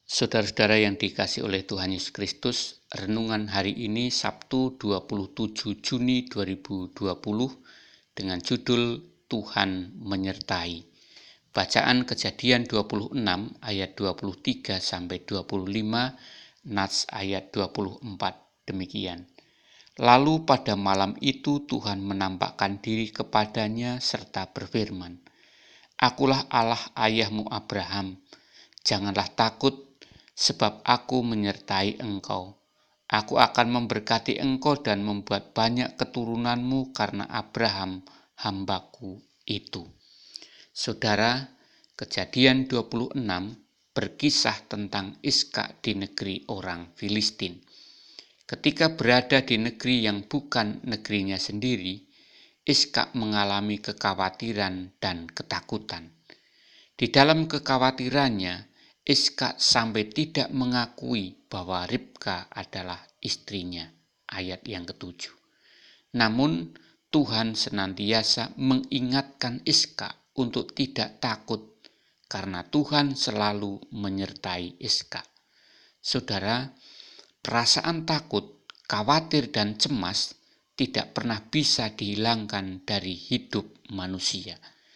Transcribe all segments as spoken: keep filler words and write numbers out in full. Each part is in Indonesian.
Saudara-saudara yang dikasihi oleh Tuhan Yesus Kristus, renungan hari ini Sabtu dua puluh tujuh Juni dua ribu dua puluh dengan judul Tuhan menyertai. Bacaan Kejadian dua puluh enam ayat dua puluh tiga sampai dua puluh lima, Nats ayat dua puluh empat demikian. Lalu pada malam itu Tuhan menampakkan diri kepadanya serta berfirman, "Akulah Allah ayahmu Abraham. Janganlah takut, sebab aku menyertai engkau. Aku akan memberkati engkau dan membuat banyak keturunanmu karena Abraham hambaku itu." Saudara, Kejadian dua puluh enam berkisah tentang Ishak di negeri orang Filistin. Ketika berada di negeri yang bukan negerinya sendiri, Ishak mengalami kekhawatiran dan ketakutan. Di dalam kekhawatirannya, Ishak sampai tidak mengakui bahwa Ribka adalah istrinya, ayat yang ketujuh. Namun Tuhan senantiasa mengingatkan Ishak untuk tidak takut, karena Tuhan selalu menyertai Ishak. Saudara, perasaan takut, khawatir dan cemas tidak pernah bisa dihilangkan dari hidup manusia.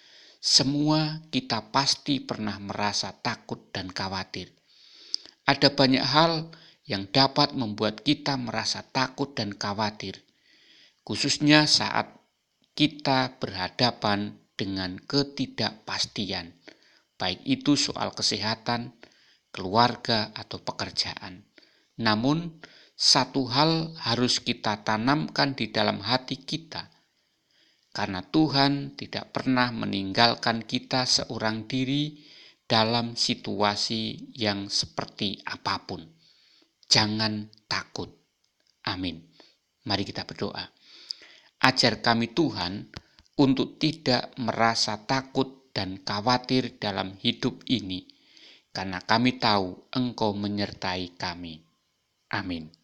Semua kita pasti pernah merasa takut dan khawatir. Ada banyak hal yang dapat membuat kita merasa takut dan khawatir, khususnya saat kita berhadapan dengan ketidakpastian, baik itu soal kesehatan, keluarga, atau pekerjaan. Namun, satu hal harus kita tanamkan di dalam hati kita, karena Tuhan tidak pernah meninggalkan kita seorang diri dalam situasi yang seperti apapun. Jangan takut. Amin. Mari kita berdoa. Ajar kami Tuhan untuk tidak merasa takut dan khawatir dalam hidup ini, karena kami tahu Engkau menyertai kami. Amin.